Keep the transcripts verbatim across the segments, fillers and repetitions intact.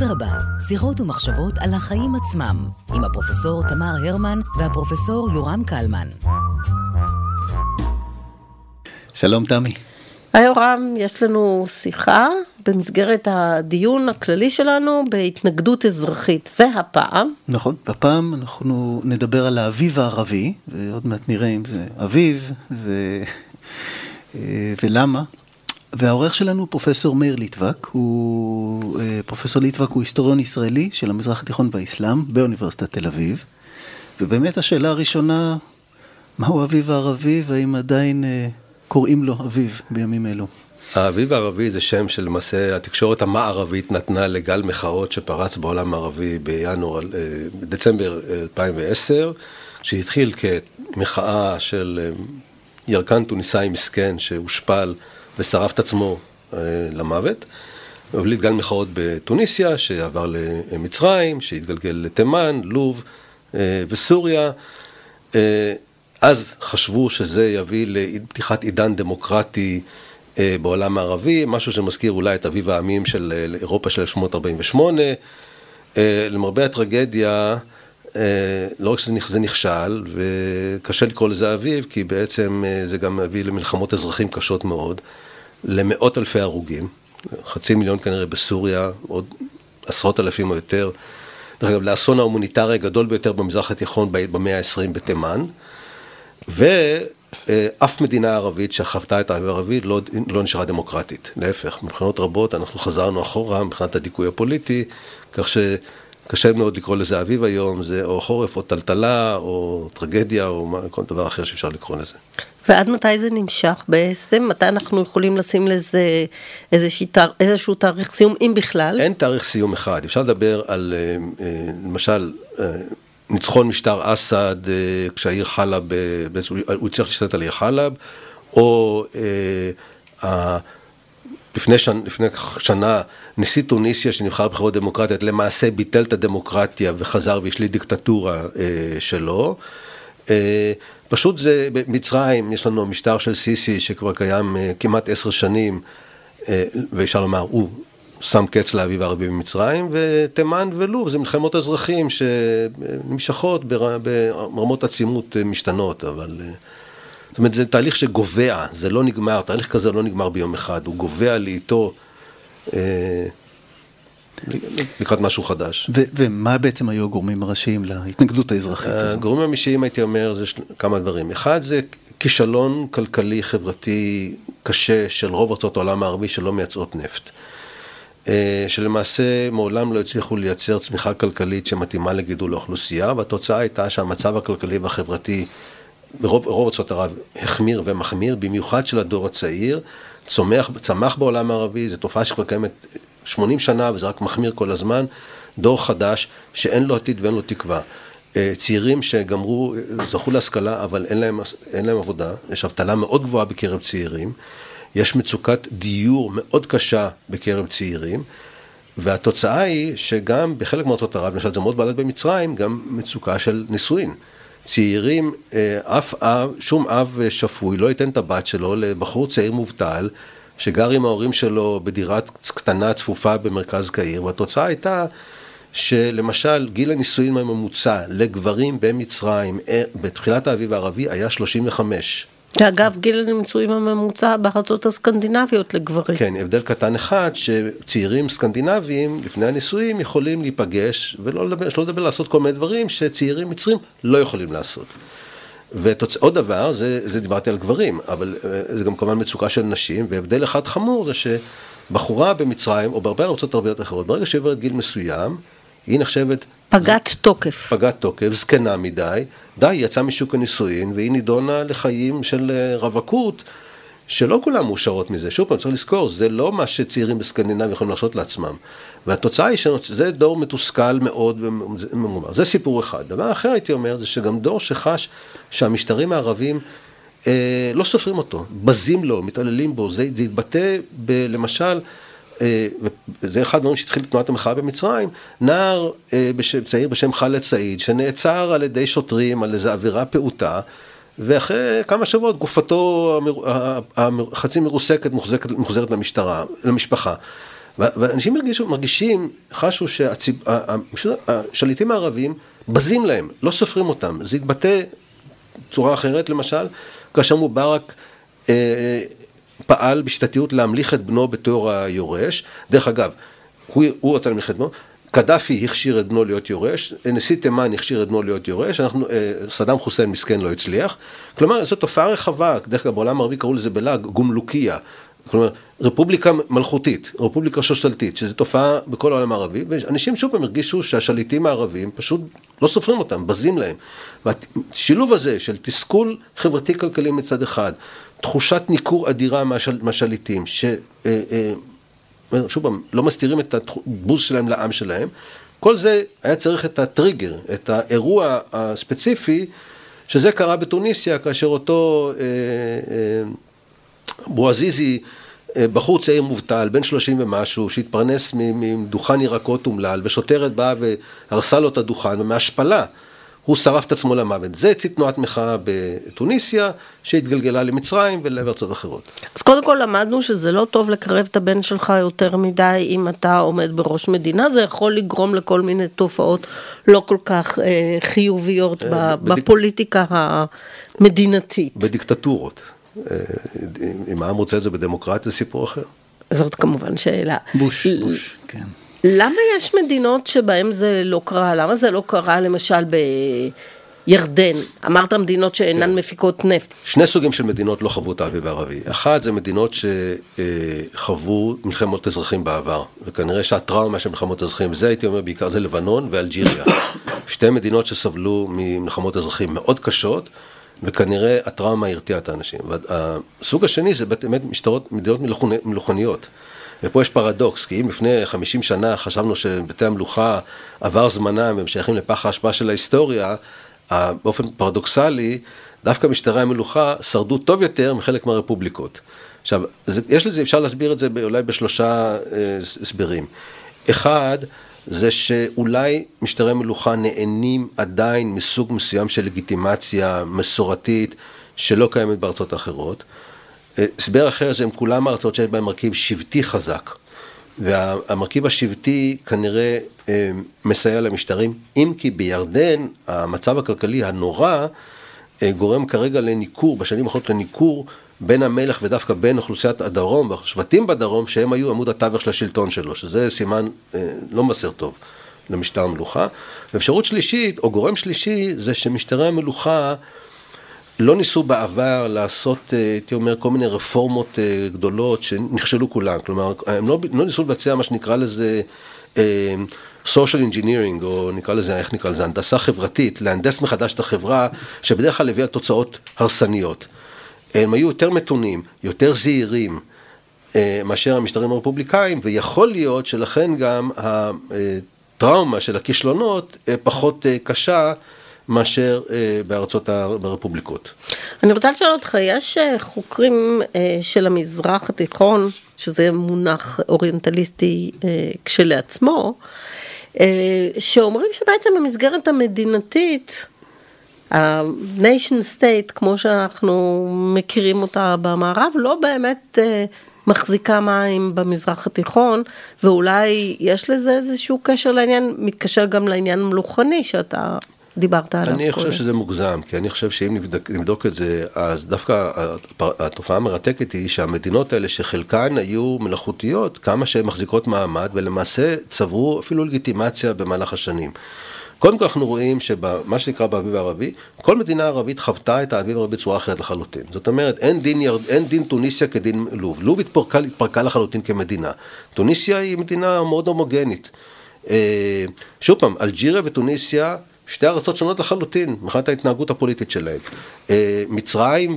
אדרבה, שיחות ומחשבות על החיים עצמם, עם הפרופסור תמר הרמן והפרופסור יורם קלמן. שלום תמי. היי יורם, יש לנו שיחה במסגרת הדיון הכללי שלנו בהתנגדות אזרחית, והפעם? נכון, בפעם אנחנו נדבר על האביב הערבי, ועוד מעט נראה אם זה אביב ו... ולמה. והעורך שלנו פרופסור מאיר ליטבק, הוא, פרופסור ליטבק הוא היסטוריון ישראלי של המזרח התיכון והאסלאם באוניברסיטת תל אביב, ובאמת השאלה הראשונה, מהו האביב הערבי והאם עדיין קוראים לו אביב בימים אלו? האביב הערבי זה שם שלמעשה התקשורת המערבית נתנה לגל מחאות שפרץ בעולם הערבי בינואר, בדצמבר אלפיים ועשר, שהתחיל כמחאה של ירקן טוניסאי מסכן שהושפל ושרף את עצמו למוות, והוליד גל מחאות בתוניסיה שעבר למצרים, שהתגלגל לתימן, לוב וסוריה. אז חשבו שזה יביא לפתיחת עידן דמוקרטי בעולם הערבי, משהו שמזכיר אולי את אביב העמים של אירופה של אלף שמונה מאות ארבעים ושמונה. למרבה הטרגדיה, לא רק שזה נכשל, וקשה לקרוא לזה אביב, כי בעצם זה גם מביא למלחמות אזרחים קשות מאוד, למאות אלפי הרוגים, חצי מיליון כנראה בסוריה, עוד עשרות אלפים או יותר. דרך אגב, לאסון ההומניטרי הגדול ביותר במזרח התיכון במאה ה-עשרים בתימן, ואף מדינה ערבית שחוותה את האביב הערבי לא, לא נשארה דמוקרטית. להפך, מבחינות רבות אנחנו חזרנו אחורה מבחינת הדיכוי הפוליטי, כך שקשה מאוד לקרוא לזה אביב היום, זה או חורף או טלטלה או טרגדיה או כל דבר אחר שאפשר לקרוא לזה. ועד מתי זה נמשך בעצם? מתי אנחנו יכולים לשים לזה איזשהו, איזשהו תאריך סיום, אם בכלל? אין תאריך סיום אחד. אפשר לדבר על, למשל, ניצחון משטר אסד, כשהעיר חלב, הוא צריך להשתלט על העיר חלב, או לפני שנה, לפני שנה, נשיא טוניסיה שנבחר בבחירות דמוקרטיות, למעשה ביטל את הדמוקרטיה וחזר והשליט דיקטטורה שלו. פשוט זה, במצרים יש לנו משטר של סיסי שכבר קיים כמעט עשר שנים, ואפשר לומר, הוא שם קץ לאביב הערבי במצרים, ותימן ולוב, זה מלחמות אזרחים שנמשכות ברמות עצימות משתנות, אבל זאת אומרת, זה תהליך שגובע, זה לא נגמר, תהליך כזה לא נגמר ביום אחד, הוא גובע לאיתו לקראת משהו חדש. ומה בעצם היו הגורמים הראשיים להתנגדות האזרחית הזו? הגורמים המשיים, הייתי אומר, זה כמה דברים. אחד, זה כישלון כלכלי חברתי קשה של רוב ארצות העולם הערבי שלא מייצרות נפט. שלמעשה מעולם לא הצליחו לייצר צמיחה כלכלית שמתאימה לגידול האוכלוסייה, והתוצאה הייתה שהמצב הכלכלי והחברתי ברוב רוב ארצות ערב החמיר ומחמיר, במיוחד של הדור הצעיר, צומח, צמח בעולם הערבי, זו תופעה שכבר קיימת שמונים שנה וזה רק מחמיר כל הזמן, דור חדש שאין לו עתיד ואין לו תקווה. צעירים שגמרו, זכו להשכלה, אבל אין להם, אין להם עבודה, יש אבטלה מאוד גבוהה בקרב צעירים, יש מצוקת דיור מאוד קשה בקרב צעירים, והתוצאה היא שגם בחלק מארצות ערב, למשל זה מאוד בלט במצרים, גם מצוקה של נישואין. צעירים, אף אב, שום אב שפוי, לא ייתן את הבת שלו לבחור צעיר מובטל, שגר עם ההורים שלו בדירת קטנה צפופה במרכז קהיר, והתוצאה הייתה שלמשל גיל הנישואין הממוצע לגברים במצרים בתחילת האביב הערבי היה שלושים וחמש. אגב, גיל הנישואין הממוצע בארצות הסקנדינביות לגברים. כן, הבדל קטן אחד, שצעירים סקנדינביים לפני הנישואים יכולים להיפגש, ולא לדבר, שלא לדבר לעשות כל מיני דברים שצעירים מצרים לא יכולים לעשות. ועוד דבר, זה, זה דיברתי על גברים, אבל זה גם כמובן מצוקה של נשים, והבדל אחד חמור זה שבחורה במצרים, או בהרבה ארצות ערביות אחרות, ברגע שעברת גיל מסוים, היא נחשבת פגת תוקף. פגת תוקף, זקנה מדי, די, יצאה משוק הנישואין, והיא נידונה לחיים של רווקות, שלא כולם מאושרות מזה. שוב פעם, צריך לזכור, זה לא מה שצעירים בסקנדינביה יכולים לעשות לעצמם. והתוצאה היא שזה דור מתוסכל מאוד וממומר. זה סיפור אחד. דבר אחר הייתי אומר, זה שגם דור שחש שהמשטרים הערבים אה, לא סופרים אותו, בזים לו, מתעללים בו. זה, זה התבטא ב, למשל, זה אחד הדברים שהתחיל תנועת המחאה במצרים, נער בשם, צעיר בשם חאלד סעיד, שנעצר על ידי שוטרים על איזו עבירה פעוטה, ואחרי כמה שבועות גופתו חצי מרוסקת מוחזרת למשטרה, למשפחה. ואנשים מרגישו, מרגישים, חשו שהשליטים הערבים בזים להם, לא סופרים אותם. זה התבטא צורה אחרת, למשל, כאשר מובארק אה, פעל בשתתיות להמליך את בנו בתור היורש. דרך אגב, הוא, הוא רצה להמליך את בנו, קדאפי הכשיר את בנו להיות יורש, נשיא תימן הכשיר את בנו להיות יורש, אנחנו, סדאם חוסיין מסכן לא הצליח. כלומר, זו תופעה רחבה, דרך אגב, בעולם הערבי קראו לזה בלעג גומלוקיה, כלומר, רפובליקה מלכותית, רפובליקה שושלתית, שזו תופעה בכל העולם הערבי, ואנשים שוב פעם הרגישו שהשליטים הערבים פשוט לא סופרים אותם, בזים להם. והשילוב הזה של תסכול חברתי-כלכלי מצד אחד, תחושת ניכור אדירה מהשל, מהשליטים, ש... שוב פעם, לא מסתירים את הבוז שלהם לעם שלהם, כל זה היה צריך את הטריגר, את האירוע הספציפי, שזה קרה בתוניסיה, כאשר אותו אה, אה, בועזיזי, אה, בחור צעיר מובטל, בן שלושים ומשהו, שהתפרנס מדוכן ירקות אומלל, ושוטרת באה והרסה לו את הדוכן, ומהשפלה, הוא שרף את עצמו למוות. זה הצית תנועת מחאה בתוניסיה, שהתגלגלה למצרים ולארצות אחרות. אז קודם כל למדנו שזה לא טוב לקרב את הבן שלך יותר מדי, אם אתה עומד בראש מדינה, זה יכול לגרום לכל מיני תופעות לא כל כך אה, חיוביות אה, בדיק... בפוליטיקה המדינתית. בדיקטטורות. אה, אם העם רוצה את זה בדמוקרטיה, זה סיפור אחר. זאת כמובן שאלה. בוש, בוש, כן. למה יש מדינות שבהן זה לא קרה? למה זה לא קרה למשל בירדן? אמרת מדינות שאינן כן. מפיקות נפט. שני סוגים של מדינות לא חוו את האביב הערבי. אחת זה מדינות שחוו מלחמות אזרחים בעבר, וכנראה שהטראומה של מלחמות אזרחים, זה הייתי אומר בעיקר זה לבנון ואלג'יריה. שתי מדינות שסבלו ממלחמות אזרחים מאוד קשות, וכנראה הטראומה הרתיעה את האנשים. והסוג השני זה באמת משטרות, מדינות מלוכניות. ופה יש פרדוקס, כי אם לפני חמישים שנה חשבנו שבתי המלוכה עבר זמנם והם שייכים לפח ההשפעה של ההיסטוריה, באופן פרדוקסלי, דווקא משטרי המלוכה שרדו טוב יותר מחלק מהרפובליקות. עכשיו, יש לזה, אפשר להסביר את זה אולי בשלושה הסברים. אחד, זה שאולי משטרי מלוכה נהנים עדיין מסוג מסוים של לגיטימציה מסורתית שלא קיימת בארצות אחרות. הסבר אחר זה הם כולם ארצות שיש בהם מרכיב שבטי חזק, והמרכיב השבטי כנראה מסייע למשטרים, אם כי בירדן המצב הכלכלי הנורא גורם כרגע לניקור, בשנים האחרונות לניקור בין המלך ודווקא בין אוכלוסיית הדרום והשבטים בדרום שהם היו עמוד התווך של השלטון שלו, שזה סימן לא מסר טוב למשטר המלוכה. ואפשרות שלישית או גורם שלישי זה שמשטרי המלוכה לא ניסו בעבר לעשות, הייתי אומר, כל מיני רפורמות גדולות שנכשלו כולן. כלומר, הם לא, לא ניסו לבצע מה שנקרא לזה social engineering, או נקרא לזה, איך נקרא לזה, הנדסה חברתית, להנדס מחדש את החברה, שבדרך כלל הביאה תוצאות הרסניות. הם היו יותר מתונים, יותר זהירים, מאשר המשטרים הרפובליקאים, ויכול להיות שלכן גם הטראומה של הכישלונות פחות קשה, מאשר בארצות הרפובליקות. אני רוצה לשאול אותך, יש חוקרים של המזרח התיכון, שזה מונח אוריינטליסטי כשלעצמו, שאומרים שבעצם במסגרת המדינתית, ה-nation state, כמו שאנחנו מכירים אותה במערב, לא באמת מחזיקה מים במזרח התיכון, ואולי יש לזה איזשהו קשר לעניין, מתקשר גם לעניין מלוכני שאתה דיברת עליו. אני חושב שזה מוגזם, כי אני חושב שאם נבדוק, נבדוק את זה, אז דווקא התופעה המרתקת היא שהמדינות האלה שחלקן היו מלאכותיות, כמה שהן מחזיקות מעמד, ולמעשה צברו אפילו לגיטימציה במהלך השנים. קודם כל אנחנו רואים שמה שנקרא באביב הערבי, כל מדינה ערבית חוותה את האביב הערבי בצורה אחרת לחלוטין. זאת אומרת, אין דין, אין דין טוניסיה כדין לוב. לוב התפרקה, התפרקה לחלוטין כמדינה. טוניסיה היא מדינה מאוד הומוגנית. שוב פעם, אלג'יריה וטוניסיה, שתי ארצות שונות לחלוטין, מבחינת ההתנהגות הפוליטית שלהם. מצרים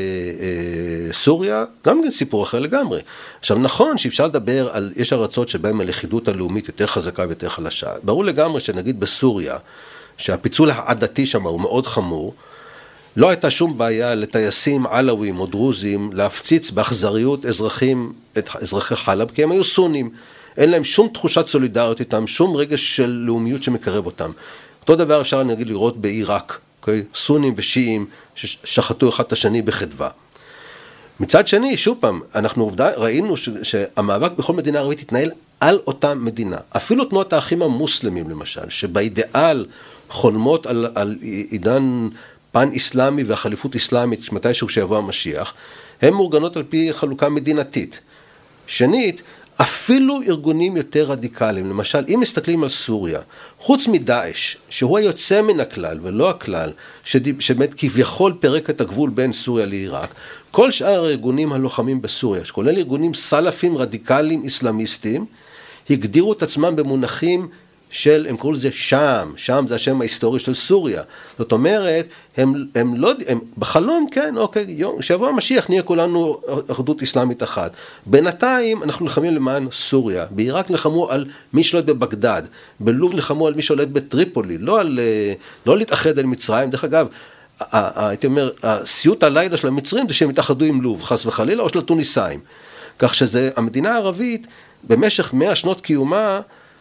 וסוריה, גם כן סיפור אחר לגמרי. עכשיו, נכון שאפשר לדבר על, יש ארצות שבהן הלכידות הלאומית יותר חזקה ויותר חלשה. ברור לגמרי שנגיד בסוריה, שהפיצול העדתי שם הוא מאוד חמור, לא הייתה שום בעיה לטייסים עלווים או דרוזים להפציץ באכזריות אזרחים, את אזרחי חלב, כי הם היו סונים. אין להם שום תחושת סולידריות איתם, שום רגש של לאומיות שמקרב אותם. אותו דבר אפשר נגיד לראות בעיראק, אוקיי? סונים ושיעים ששחטו אחד את השני בחדווה. מצד שני, שוב פעם, אנחנו עובדה, ראינו ש, שהמאבק בכל מדינה ערבית התנהל על אותה מדינה. אפילו תנועות האחים המוסלמים, למשל, שבאידאל חולמות על, על עידן פן איסלאמי והחליפות איסלאמית, מתישהו שיבוא המשיח, הן מאורגנות על פי חלוקה מדינתית. שנית, אפילו ארגונים יותר רדיקליים, למשל, אם מסתכלים על סוריה, חוץ מדאעש, שהוא היוצא מן הכלל ולא הכלל, שבאמת כביכול פרק את הגבול בין סוריה לעיראק, כל שאר הארגונים הלוחמים בסוריה, שכולל ארגונים סלפים רדיקליים איסלאמיסטיים, הגדירו את עצמם במונחים של, הם קראו לזה שם, שם זה השם ההיסטורי של סוריה. זאת אומרת, הם, הם לא, הם בחלום, כן, אוקיי, יום, שיבוא המשיח, נהיה כולנו אחדות איסלאמית אחת. בינתיים אנחנו נלחמים למען סוריה. בעיראק נלחמו על מי שולט בבגדד. בלוב נלחמו על מי שולט בטריפולי. לא על, לא להתאחד על מצרים. דרך אגב, הייתי אומר, הסיוט הלילה של המצרים זה שהם התאחדו עם לוב, חס וחלילה, או של התוניסאים. כך שזה, המדינה הערבית, במשך מאה שנות קיומה,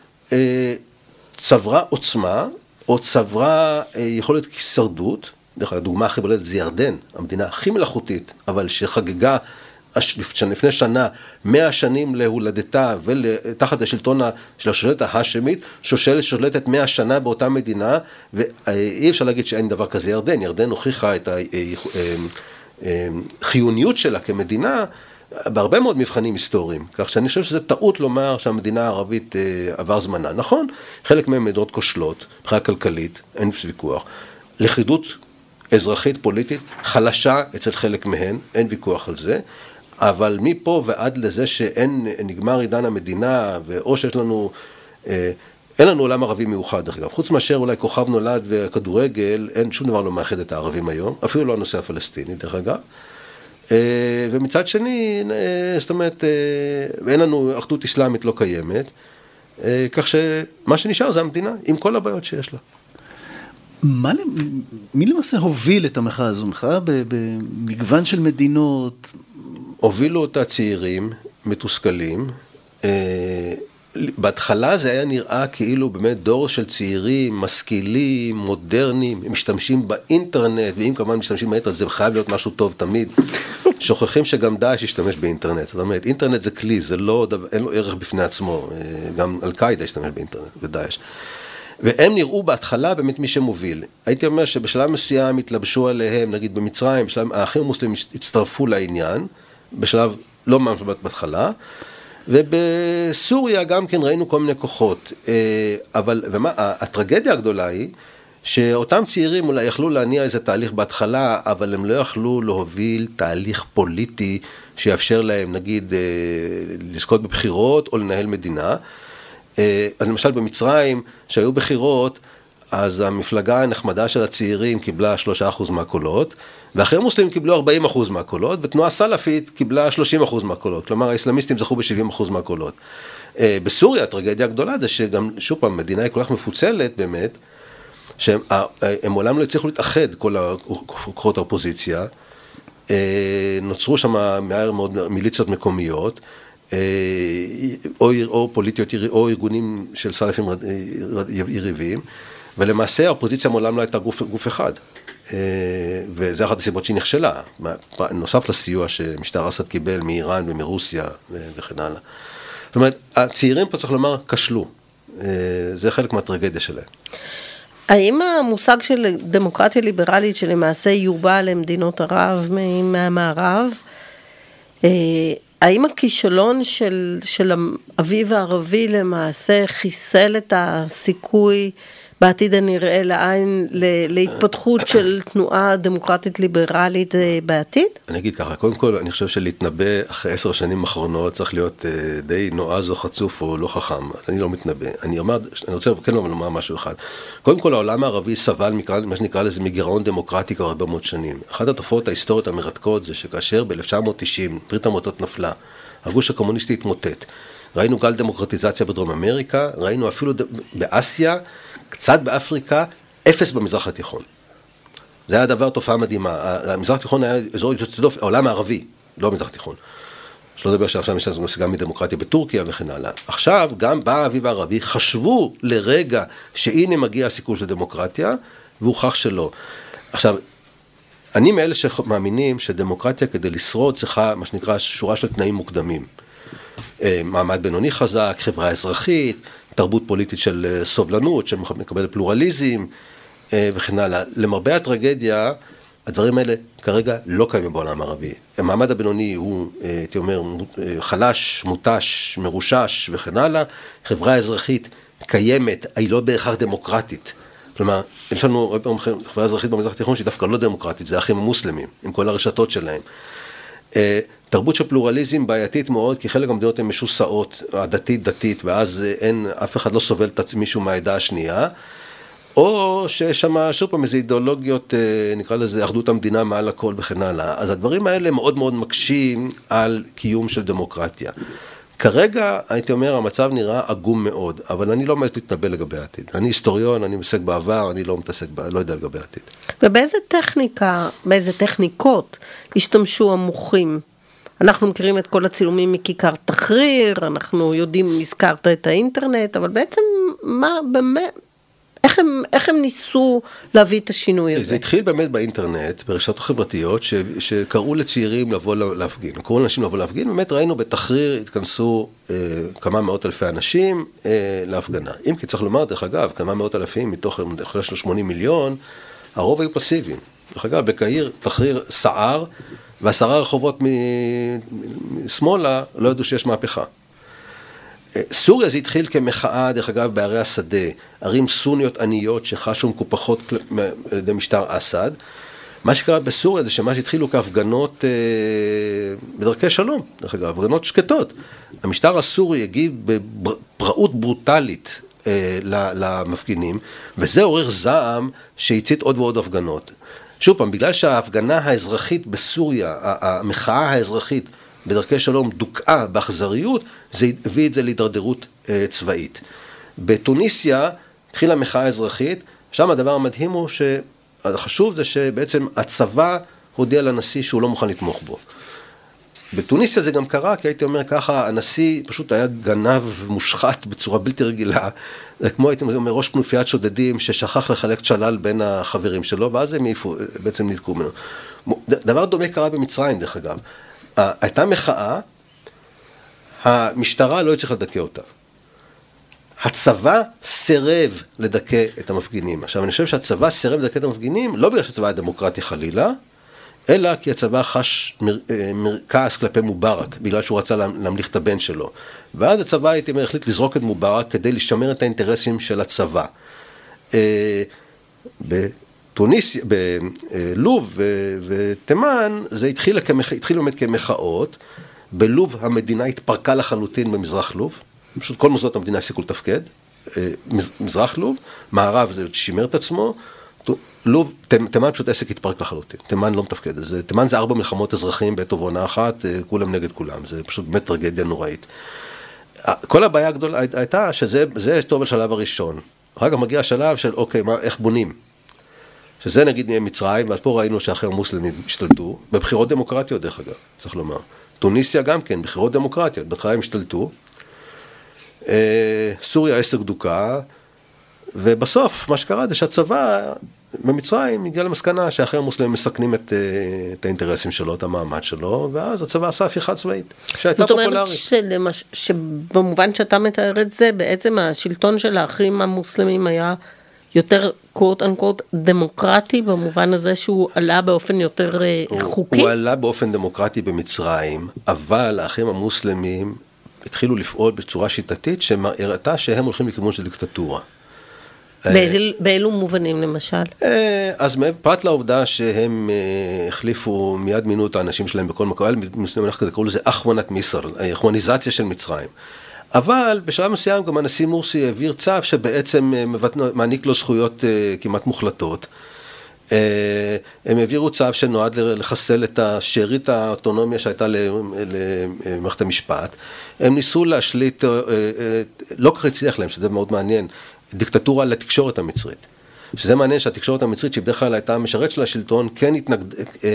צברה עוצמה, או צברה יכולת שרדות, דרך אגב, הדוגמה הכי בולטת זה ירדן, המדינה הכי מלאכותית, אבל שחגגה לפני שנה, מאה שנים להולדתה, ותחת השלטון של השושלת ההשמית, שושלת שושלת מאה שנה באותה מדינה, ואי אפשר להגיד שאין דבר כזה ירדן, ירדן הוכיחה את החיוניות שלה כמדינה, בהרבה מאוד מבחנים היסטוריים, כך שאני חושב שזה טעות לומר שהמדינה הערבית אה, עבר זמנה. נכון, חלק מהם מדינות כושלות, מבחינה כלכלית, אין ויכוח. לכידות אזרחית פוליטית חלשה אצל חלק מהן, אין ויכוח על זה, אבל מפה ועד לזה שאין נגמר עידן המדינה, ואו שיש לנו, אה, אין לנו עולם ערבי מיוחד, דרך אגב. חוץ מאשר אולי כוכב נולד וכדורגל, אין שום דבר לא מאחד את הערבים היום, אפילו לא הנושא הפלסטיני, דרך אגב. ומצד שני, זאת אומרת, אין לנו אחדות אסלאמית לא קיימת, כך שמה שנשאר זה המדינה, עם כל הבעיות שיש לה. מה, מי למעשה הוביל את המחאה הזו? מחאה במגוון של מדינות? הובילו אותה צעירים, מתוסכלים, בהתחלה זה היה נראה כאילו באמת דור של צעירים, משכילים, מודרניים, הם משתמשים באינטרנט, ואם כמובן משתמשים באינטרנט, זה חייב להיות משהו טוב תמיד. שוכחים שגם דאעש ישתמש באינטרנט. זאת אומרת, אינטרנט זה כלי, זה לא, אין לו ערך בפני עצמו. גם אל-קאידה ישתמש באינטרנט, ודאעש. והם נראו בהתחלה באמת מי שמוביל. הייתי אומר שבשלב מסוים התלבשו עליהם, נגיד במצרים, בשלב, האחים המוסלמים הצטרפו לעניין, בשלב לא ממש בהתחלה, ובסוריה גם כן ראינו כל מיני כוחות, אבל ומה, הטרגדיה הגדולה היא, שאותם צעירים אולי יכלו להניע איזה תהליך בהתחלה, אבל הם לא יכלו להוביל תהליך פוליטי שיאפשר להם, נגיד, לזכות בבחירות או לנהל מדינה. אז למשל במצרים, שהיו בחירות, אז המפלגה הנחמדה של הצעירים קיבלה שלושה אחוז מהקולות, ואחרי המוסלמים קיבלו ארבעים אחוז מהקולות, ותנועה סלפית קיבלה שלושים אחוז מהקולות, כלומר האסלאמיסטים זכו ב-שבעים אחוז מהקולות. בסוריה, הטרגדיה הגדולה זה שגם, שוב פעם, מדינה היא כל כך מפוצלת באמת, שהם מעולם לא הצליחו להתאחד, כל כוחות האופוזיציה, נוצרו שם מהר מאוד מיליציות מקומיות, או, או פוליטיות, או ארגונים של סלפים יריבים, ולמעשה האופוזיציה מעולם לא הייתה גוף, גוף אחד. וזה אחת הסיבות שהיא נכשלה, נוסף לסיוע שמשטר אסד קיבל מאיראן ומרוסיה וכן הלאה. זאת אומרת, הצעירים פה צריך לומר, כשלו. זה חלק מהטרגדיה שלהם. האם המושג של דמוקרטיה ליברלית שלמעשה יובא למדינות ערב מהמערב, האם הכישלון של, של האביב הערבי למעשה חיסל את הסיכוי בעתיד הנראה לעין להתפתחות של תנועה דמוקרטית ליברלית בעתיד? אני אגיד ככה, קודם כל אני חושב שלהתנבא אחרי עשר שנים אחרונות צריך להיות די נועז או חצוף או לא חכם, אני לא מתנבא. אני אומר, אני רוצה כן לומר משהו אחד. קודם כל העולם הערבי סבל מה שנקרא לזה מגירעון דמוקרטי כבר הרבה מאוד שנים. אחת התופעות ההיסטוריות המרתקות זה שכאשר ב-אלף תשע מאות תשעים ברית המועצות נפלה, הגוש הקומוניסטי התמוטט. ראינו גל דמוקרטיזציה בדרום אמריקה, ראינו אפילו באסיה, קצת באפריקה, אפס במזרח התיכון. זה היה דבר, תופעה מדהימה. המזרח התיכון היה אזור יוצדוף, העולם הערבי, לא המזרח התיכון. שלא לדבר שעכשיו יש לנו גם מדמוקרטיה בטורקיה וכן הלאה. עכשיו, גם בא האביב הערבי, חשבו לרגע שהנה מגיע הסיכוי של דמוקרטיה, והוכח שלא. עכשיו, אני מאלה שמאמינים שדמוקרטיה כדי לשרוד צריכה מה שנקרא שורה של תנאים מוקדמים. מעמד בינוני חזק, חברה אזרחית, תרבות פוליטית של סובלנות, שמקבלת פלורליזם וכן הלאה. למרבה הטרגדיה, הדברים האלה כרגע לא קיימים בעולם הערבי. המעמד הבינוני הוא, הייתי אומר, חלש, מוטש, מרושש וכן הלאה. חברה אזרחית קיימת, היא לא בהכרח דמוקרטית. כלומר, יש לנו חברה אזרחית במזרח התיכון שהיא דווקא לא דמוקרטית, זה האחים המוסלמים, עם כל הרשתות שלהם. תרבות של פלורליזם בעייתית מאוד, כי חלק המדינות הן משוסעות, הדתית דתית, ואז אין, אף אחד לא סובל את מישהו מהעדה השנייה, או שיש שם שוב פעם איזה אידיאולוגיות, נקרא לזה אחדות המדינה מעל הכל וכן הלאה. אז הדברים האלה מאוד מאוד מקשים על קיום של דמוקרטיה. כרגע, הייתי אומר, המצב נראה עגום מאוד, אבל אני לא מעז להתנבא לגבי העתיד. אני היסטוריון, אני מתעסק בעבר, אני לא מתעסק, לא יודע לגבי העתיד. ובאיזה טכניקה, באיזה טכניקות השתמשו המוחים? אנחנו מכירים את כל הצילומים מכיכר תחריר, אנחנו יודעים, הזכרת את האינטרנט, אבל בעצם מה, באמת, איך הם, איך הם ניסו להביא את השינוי הזה? זה התחיל באמת באינטרנט, ברשתות חברתיות, ש, שקראו לצעירים לבוא להפגין. קראו לאנשים לבוא להפגין, באמת ראינו בתחריר התכנסו אה, כמה מאות אלפי אנשים אה, להפגנה. אם כי צריך לומר, דרך אגב, כמה מאות אלפים מתוך שמונים מיליון, הרוב היו פסיביים. דרך אגב, בקהיר תחריר סער, ועשרה רחובות משמאלה לא ידעו שיש מהפכה. סוריה זה התחיל כמחאה, דרך אגב, בערי השדה, ערים סוניות עניות שחשו מקופחות על ידי משטר אסד. מה שקרה בסוריה זה שמה שהתחילו כהפגנות אה, בדרכי שלום, דרך אגב, הפגנות שקטות. המשטר הסורי הגיב בפראות ברוטלית אה, למפגינים, וזה עורר זעם שהצית עוד ועוד הפגנות. שוב פעם, בגלל שההפגנה האזרחית בסוריה, המחאה האזרחית, בדרכי שלום דוקעה באכזריות, זה הביא את זה להידרדרות אה, צבאית. בתוניסיה התחילה מחאה אזרחית, שם הדבר המדהים הוא שהחשוב זה שבעצם הצבא הודיע לנשיא שהוא לא מוכן לתמוך בו. בתוניסיה זה גם קרה, כי הייתי אומר ככה, הנשיא פשוט היה גנב מושחת בצורה בלתי רגילה, זה כמו הייתי אומר ראש כנופיית שודדים ששכח לחלק צ'לל בין החברים שלו, ואז הם יפו, בעצם נתקעו ממנו. דבר דומה קרה במצרים דרך אגב. הייתה מחאה, המשטרה לא הצליחה לדכא אותה. הצבא סירב לדכא את המפגינים. עכשיו, אני חושב שהצבא סירב לדכא את המפגינים, לא בגלל שהצבא היה דמוקרטי חלילה, אלא כי הצבא חש מר, מר, כעס כלפי מובארק, בגלל שהוא רצה להמליך את הבן שלו. ואז הצבא, הייתי אומר, החליט לזרוק את מובארק כדי לשמר את האינטרסים של הצבא. ב... תוניסיה, בלוב ותימן, זה התחיל, התחיל באמת כמחאות, בלוב המדינה התפרקה לחלוטין במזרח לוב, פשוט כל מוסדות המדינה הפסיקו לתפקד, מזרח לוב, מערב זה שימר את עצמו, לוב, תימן פשוט עסק התפרק לחלוטין, תימן לא מתפקד, זה, תימן זה ארבע מלחמות אזרחים בעת ובעונה אחת, כולם נגד כולם, זה פשוט באמת טרגדיה נוראית. כל הבעיה הגדולה הייתה שזה זה טוב בשלב הראשון, אחר כך מגיע השלב של אוקיי, מה, איך בונים? שזה נגיד נהיה מצרים, ואז פה ראינו שאחרי המוסלמים השתלטו, בבחירות דמוקרטיות דרך אגב, צריך לומר. טוניסיה גם כן, בחירות דמוקרטיות, בהתחלה הם השתלטו, סוריה עסק דוקה, ובסוף מה שקרה זה שהצבא במצרים הגיע למסקנה שאחרי המוסלמים מסכנים את, את האינטרסים שלו, את המעמד שלו, ואז הצבא עשה הפיכה צבאית, שהייתה פופולרית. זאת אומרת שלמש, שבמובן שאתה מתאר את זה, בעצם השלטון של האחים המוסלמים היה יותר קורט אנקורט דמוקרטי, במובן הזה שהוא עלה באופן יותר הוא, חוקי? הוא עלה באופן דמוקרטי במצרים, אבל האחים המוסלמים התחילו לפעול בצורה שיטתית, שהראתה שהם הולכים לכיוון של דיקטטורה. באילו מובנים למשל? אז פרט לעובדה שהם החליפו, מיד מינו את האנשים שלהם בכל מקום, קראו לזה אחוונת מיסר, אחווניזציה של מצרים. אבל בשלב מסוים גם הנשיא מורסי העביר צו שבעצם מעניק לו זכויות כמעט מוחלטות. הם העבירו צו שנועד לחסל את השארית האוטונומיה שהייתה למערכת המשפט. הם ניסו להשליט, לא כך הצליח להם, שזה מאוד מעניין, דיקטטורה לתקשורת המצרית. שזה מעניין שהתקשורת המצרית, שבדרך כלל הייתה משרת של השלטון, כן התנגד,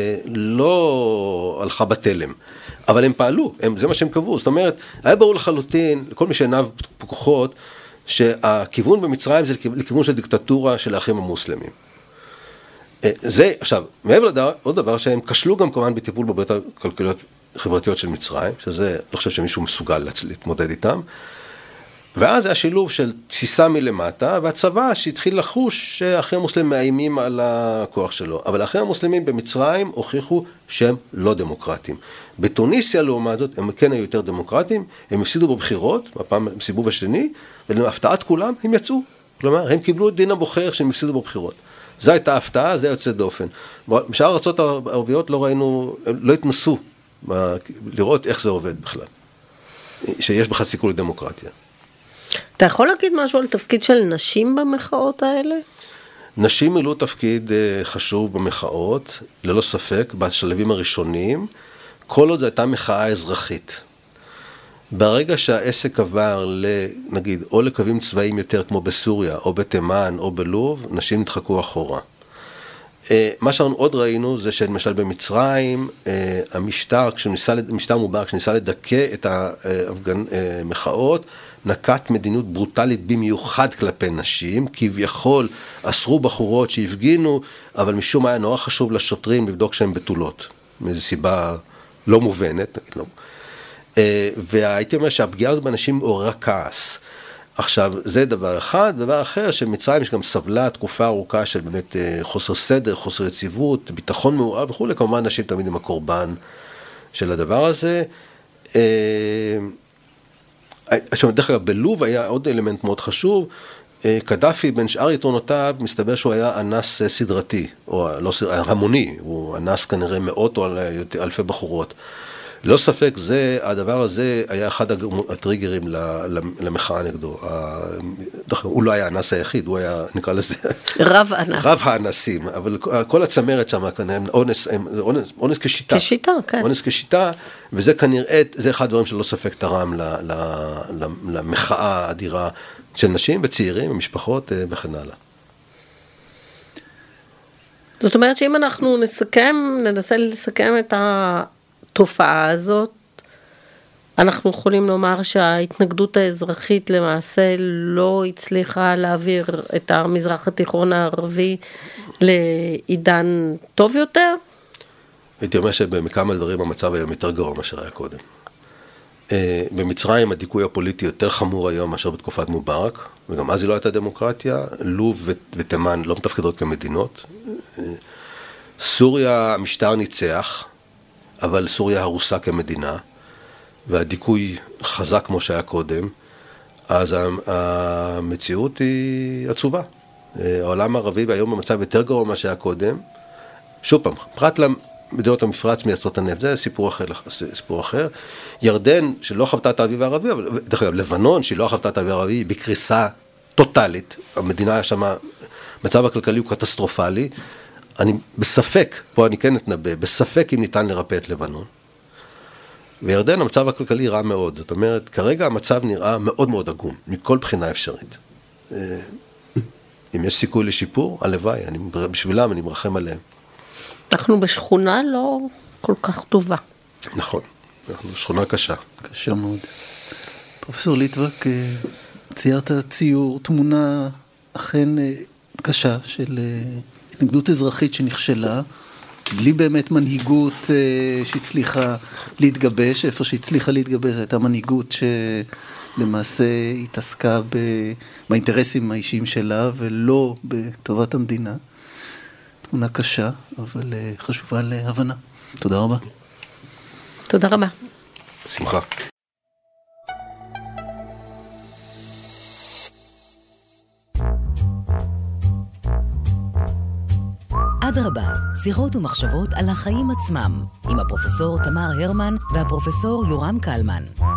לא הלכה בתלם. אבל הם פעלו, הם, זה מה שהם קבעו. זאת אומרת, היה ברור לחלוטין, לכל מי שעיניו פקוחות, שהכיוון במצרים זה לכיוון של דיקטטורה של האחים המוסלמים. זה, עכשיו, מעבר לדבר, עוד דבר שהם כשלו גם כמובן בטיפול בבעיות הכלכליות חברתיות של מצרים, שזה, לא חושב שמישהו מסוגל להתמודד איתם, ואז זה השילוב של תסיסה מלמטה, והצבא שהתחיל לחוש שהאחים המוסלמים מאיימים על הכוח שלו, אבל האחים המוסלמים במצרים הוכיחו שהם לא דמוקרטיים. בתוניסיה לעומת זאת, הם כן היו יותר דמוקרטיים, הם הפסידו בבחירות, בפעם בסיבוב השני, ולהפתעת כולם הם יצאו. כלומר, הם קיבלו את דין הבוחר שהם הפסידו בבחירות. זו הייתה הפתעה, זה יוצא דופן. בשאר הארצות הערביות לא ראינו, לא התנסו לראות איך זה עובד בכלל. שיש בכלל סיכוי לדמוקרטיה. אתה יכול להגיד משהו על תפקיד של נשים במחאות האלה? נשים מילאו תפקיד חשוב במחאות, ללא ספק, בשלבים הראשונים, כל עוד זו הייתה מחאה אזרחית. ברגע שהעסק עבר, נגיד, או לקווים צבאיים יותר כמו בסוריה, או בתימן, או בלוב, נשים נדחקו אחורה. מה שאנחנו עוד ראינו זה שלמשל במצרים, המשטר, המשטר מובארק, כשניסה לדכא את המחאות, נקט מדיניות ברוטלית במיוחד כלפי נשים, כביכול אסרו בחורות שהפגינו, אבל משום היה נורא חשוב לשוטרים לבדוק שהן בתולות, מאיזו סיבה לא מובנת, נגיד לא. והייתי אומר שהפגיעה הזאת באנשים עוררה כעס. עכשיו, זה דבר אחד, דבר אחר, שמצרים יש גם סבלה תקופה ארוכה של באמת חוסר סדר, חוסר יציבות, ביטחון מעורב וכו', כמובן נשים תמיד עם הקורבן של הדבר הזה. עכשיו, דרך אגב, בלוב היה עוד אלמנט מאוד חשוב, קדאפי בין שאר יתרונותיו, מסתבר שהוא היה אנס סדרתי, או לא סדרתי, המוני, הוא אנס כנראה מאות או אלפי בחורות. לא ספק, זה, הדבר הזה היה אחד הטריגרים למחאה נגדו. הוא לא היה האנס היחיד, הוא היה, נקרא לזה, רב האנס. רב האנסים, אבל כל הצמרת שם, אונס, אונס כשיטה. כשיטה, כן. אונס כשיטה, וזה כנראה, זה אחד הדברים שלא ספק תרם למחאה האדירה של נשים וצעירים, משפחות וכן הלאה. זאת אומרת שאם אנחנו נסכם, ננסה לסכם את ה... התופעה הזאת, אנחנו יכולים לומר שההתנגדות האזרחית למעשה לא הצליחה להעביר את המזרח התיכון הערבי לעידן טוב יותר? הייתי אומר שבכמה דברים המצב היום יותר גרוע מאשר היה קודם. במצרים הדיכוי הפוליטי יותר חמור היום מאשר בתקופת מובארק, וגם אז היא לא הייתה דמוקרטיה, לוב ותימן לא מתפקדות כמדינות. סוריה, המשטר ניצח, אבל סוריה הרוסה כמדינה, והדיכוי חזק כמו שהיה קודם, אז המציאות היא עצובה. העולם הערבי והיום במצב יותר גרוע מה שהיה קודם. שוב פעם, פרט למדינות המפרץ מייצרות הנפט, זה סיפור אחר, סיפור אחר. ירדן, שלא חוותה את האביב הערבי, אבל דרך אגב, לבנון, שהיא לא חוותה את האביב הערבי, היא בקריסה טוטלית. המדינה שמה, מצב הכלכלי הוא קטסטרופלי. אני בספק, פה אני כן אתנבא, בספק אם ניתן לרפא את לבנון. וירדן, המצב הכלכלי רע מאוד. זאת אומרת, כרגע המצב נראה מאוד מאוד עגום, מכל בחינה אפשרית. אם יש סיכוי לשיפור, הלוואי, אני, בשבילם אני מרחם עליהם. אנחנו בשכונה לא כל כך טובה. נכון, אנחנו בשכונה קשה. קשה מאוד. פרופסור ליטבק, ציירת ציור, תמונה אכן קשה של התנגדות אזרחית שנכשלה, בלי באמת מנהיגות שהצליחה להתגבש, איפה שהצליחה להתגבש, הייתה מנהיגות שלמעשה התעסקה באינטרסים האישיים שלה, ולא בטובת המדינה. תמונה קשה, אבל חשובה להבנה. תודה רבה. תודה רבה. שמחה. אדרבה, שיחות ומחשבות על החיים עצמם, עם הפרופסור תמר הרמן והפרופסור יורם קלמן.